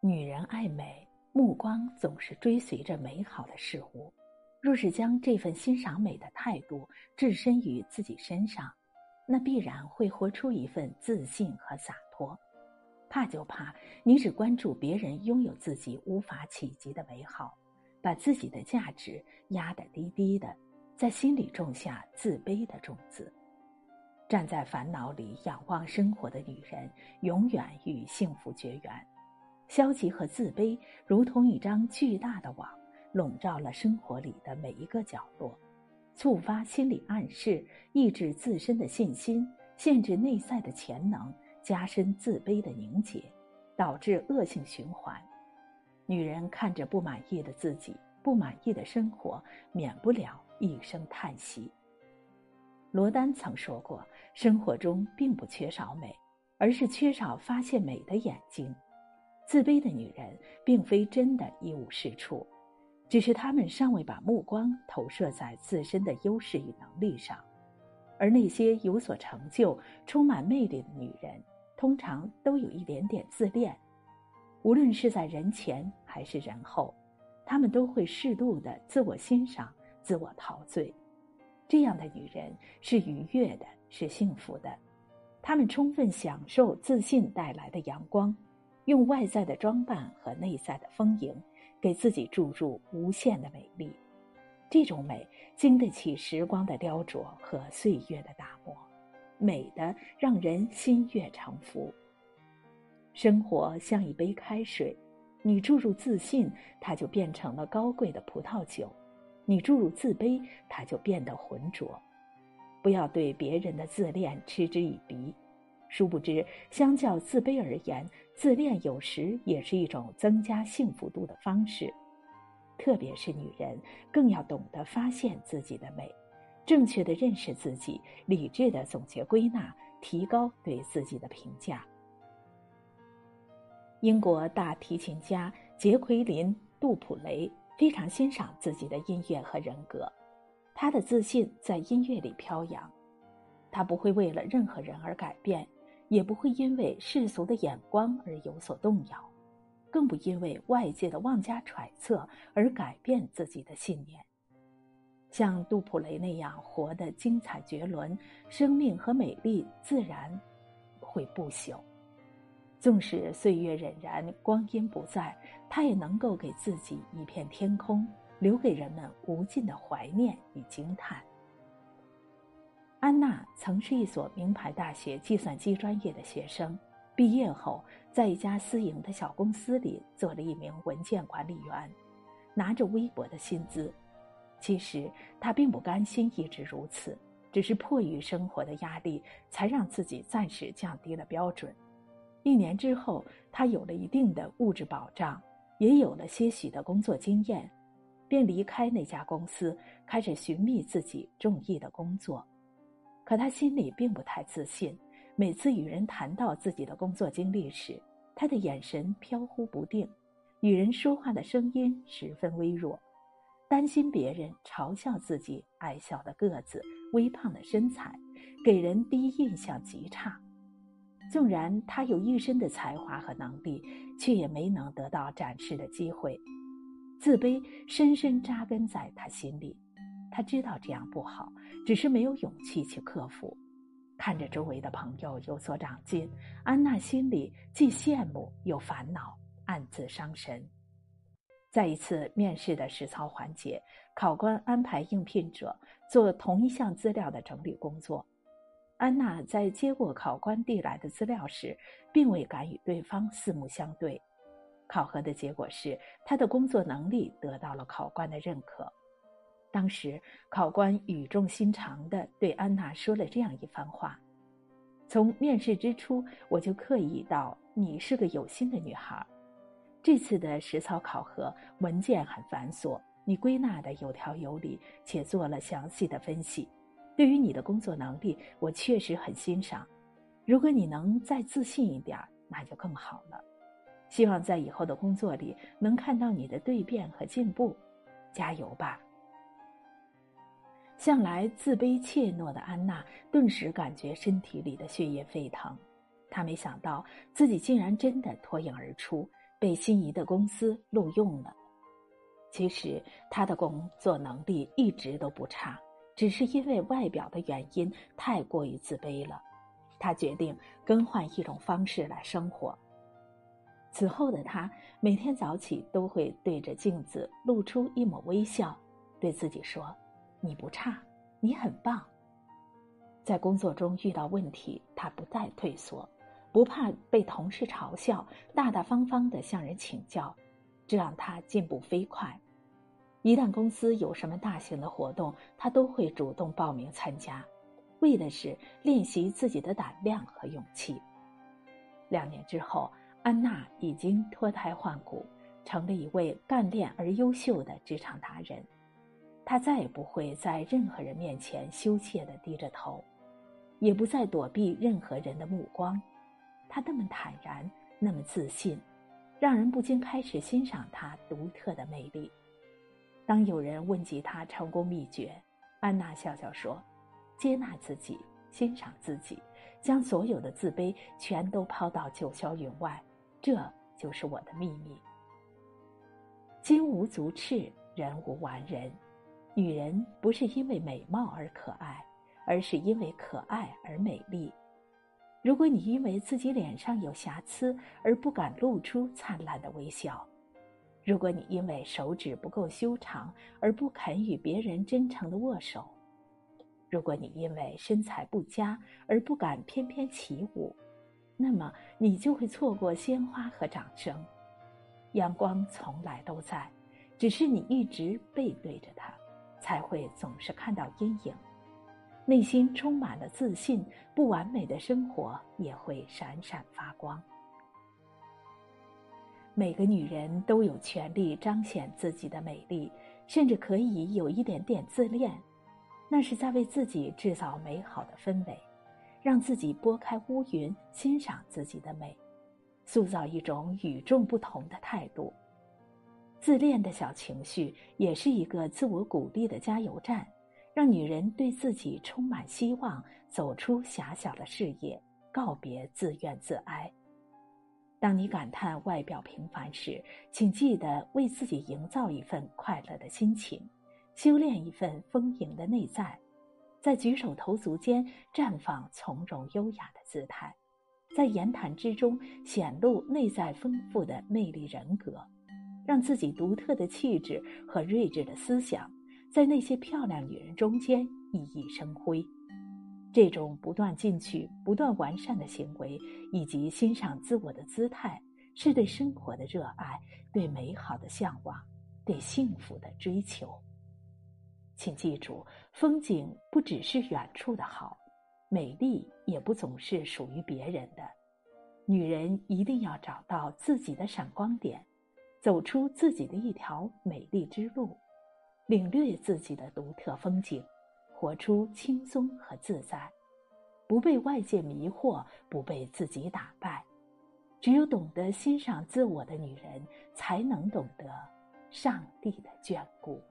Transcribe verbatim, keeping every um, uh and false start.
女人爱美，目光总是追随着美好的事物。若是将这份欣赏美的态度置身于自己身上，那必然会活出一份自信和洒脱。怕就怕你只关注别人拥有自己无法企及的美好，把自己的价值压得低低的，在心里种下自卑的种子。站在烦恼里仰望生活的女人，永远与幸福绝缘。消极和自卑如同一张巨大的网，笼罩了生活里的每一个角落，触发心理暗示，抑制自身的信心，限制内在的潜能，加深自卑的凝结，导致恶性循环。女人看着不满意的自己，不满意的生活，免不了一声叹息。罗丹曾说过，生活中并不缺少美，而是缺少发现美的眼睛。自卑的女人并非真的一无是处，只是她们尚未把目光投射在自身的优势与能力上。而那些有所成就、充满魅力的女人，通常都有一点点自恋。无论是在人前还是人后，她们都会适度的自我欣赏、自我陶醉。这样的女人是愉悦的，是幸福的。她们充分享受自信带来的阳光，用外在的装扮和内在的丰盈，给自己注入无限的美丽。这种美经得起时光的雕琢和岁月的打磨，美的让人心悦诚服。生活像一杯开水，你注入自信，它就变成了高贵的葡萄酒；你注入自卑，它就变得浑浊。不要对别人的自恋嗤之以鼻，殊不知相较自卑而言，自恋有时也是一种增加幸福度的方式。特别是女人，更要懂得发现自己的美，正确地认识自己，理智地总结归纳，提高对自己的评价。英国大提琴家杰奎琳·杜普雷非常欣赏自己的音乐和人格，他的自信在音乐里飘扬。他不会为了任何人而改变，也不会因为世俗的眼光而有所动摇，更不因为外界的妄加揣测而改变自己的信念。像杜普雷那样活得精彩绝伦，生命和美丽自然会不朽。纵使岁月荏苒，光阴不在，他也能够给自己一片天空，留给人们无尽的怀念与惊叹。安娜曾是一所名牌大学计算机专业的学生，毕业后在一家私营的小公司里做了一名文件管理员，拿着微薄的薪资。其实她并不甘心一直如此，只是迫于生活的压力，才让自己暂时降低了标准。一年之后，她有了一定的物质保障，也有了些许的工作经验，便离开那家公司，开始寻觅自己中意的工作。可她心里并不太自信，每次与人谈到自己的工作经历时，她的眼神飘忽不定，与人说话的声音十分微弱，担心别人嘲笑自己矮小的个子、微胖的身材，给人第一印象极差。纵然他有一身的才华和能力，却也没能得到展示的机会。自卑深深扎根在他心里，他知道这样不好，只是没有勇气去克服。看着周围的朋友有所长进，安娜心里既羡慕又烦恼，暗自伤神。在一次面试的实操环节，考官安排应聘者做同一项资料的整理工作。安娜在接过考官递来的资料时，并未敢与对方四目相对。考核的结果是，她的工作能力得到了考官的认可。当时，考官语重心长地对安娜说了这样一番话：从面试之初，我就刻意到你是个有心的女孩。这次的实操考核文件很繁琐，你归纳的有条有理，且做了详细的分析。对于你的工作能力，我确实很欣赏。如果你能再自信一点，那就更好了。希望在以后的工作里能看到你的蜕变和进步，加油吧。向来自卑怯懦的安娜顿时感觉身体里的血液沸腾，她没想到自己竟然真的脱颖而出， 被心仪的公司录用了。其实他的工作能力一直都不差，只是因为外表的原因太过于自卑了。他决定更换一种方式来生活。此后的他每天早起都会对着镜子露出一抹微笑，对自己说：你不差，你很棒。在工作中遇到问题，他不再退缩，不怕被同事嘲笑，大大方方地向人请教，这让他进步飞快。一旦公司有什么大型的活动，他都会主动报名参加，为的是练习自己的胆量和勇气。两年之后，安娜已经脱胎换骨，成了一位干练而优秀的职场达人。她再也不会在任何人面前羞怯地低着头，也不再躲避任何人的目光。她那么坦然，那么自信，让人不禁开始欣赏她独特的魅力。当有人问及她成功秘诀，安娜笑笑说：接纳自己，欣赏自己，将所有的自卑全都抛到九霄云外，这就是我的秘密。金无足赤，人无完人。女人不是因为美貌而可爱，而是因为可爱而美丽。如果你因为自己脸上有瑕疵而不敢露出灿烂的微笑，如果你因为手指不够修长而不肯与别人真诚的握手，如果你因为身材不佳而不敢翩翩起舞，那么你就会错过鲜花和掌声。阳光从来都在，只是你一直背对着它，才会总是看到阴影。内心充满了自信，不完美的生活也会闪闪发光。每个女人都有权利彰显自己的美丽，甚至可以有一点点自恋，那是在为自己制造美好的氛围，让自己拨开乌云，欣赏自己的美，塑造一种与众不同的态度。自恋的小情绪也是一个自我鼓励的加油站，让女人对自己充满希望，走出狭小的视野，告别自怨自哀。当你感叹外表平凡时，请记得为自己营造一份快乐的心情，修炼一份丰盈的内在，在举手投足间绽放从容优雅的姿态，在言谈之中显露内在丰富的魅力人格，让自己独特的气质和睿智的思想在那些漂亮女人中间熠熠生辉。这种不断进取、不断完善的行为，以及欣赏自我的姿态，是对生活的热爱，对美好的向往，对幸福的追求。请记住，风景不只是远处的好，美丽也不总是属于别人的。女人一定要找到自己的闪光点，走出自己的一条美丽之路，领略自己的独特风景，活出轻松和自在，不被外界迷惑，不被自己打败。只有懂得欣赏自我的女人，才能懂得上帝的眷顾。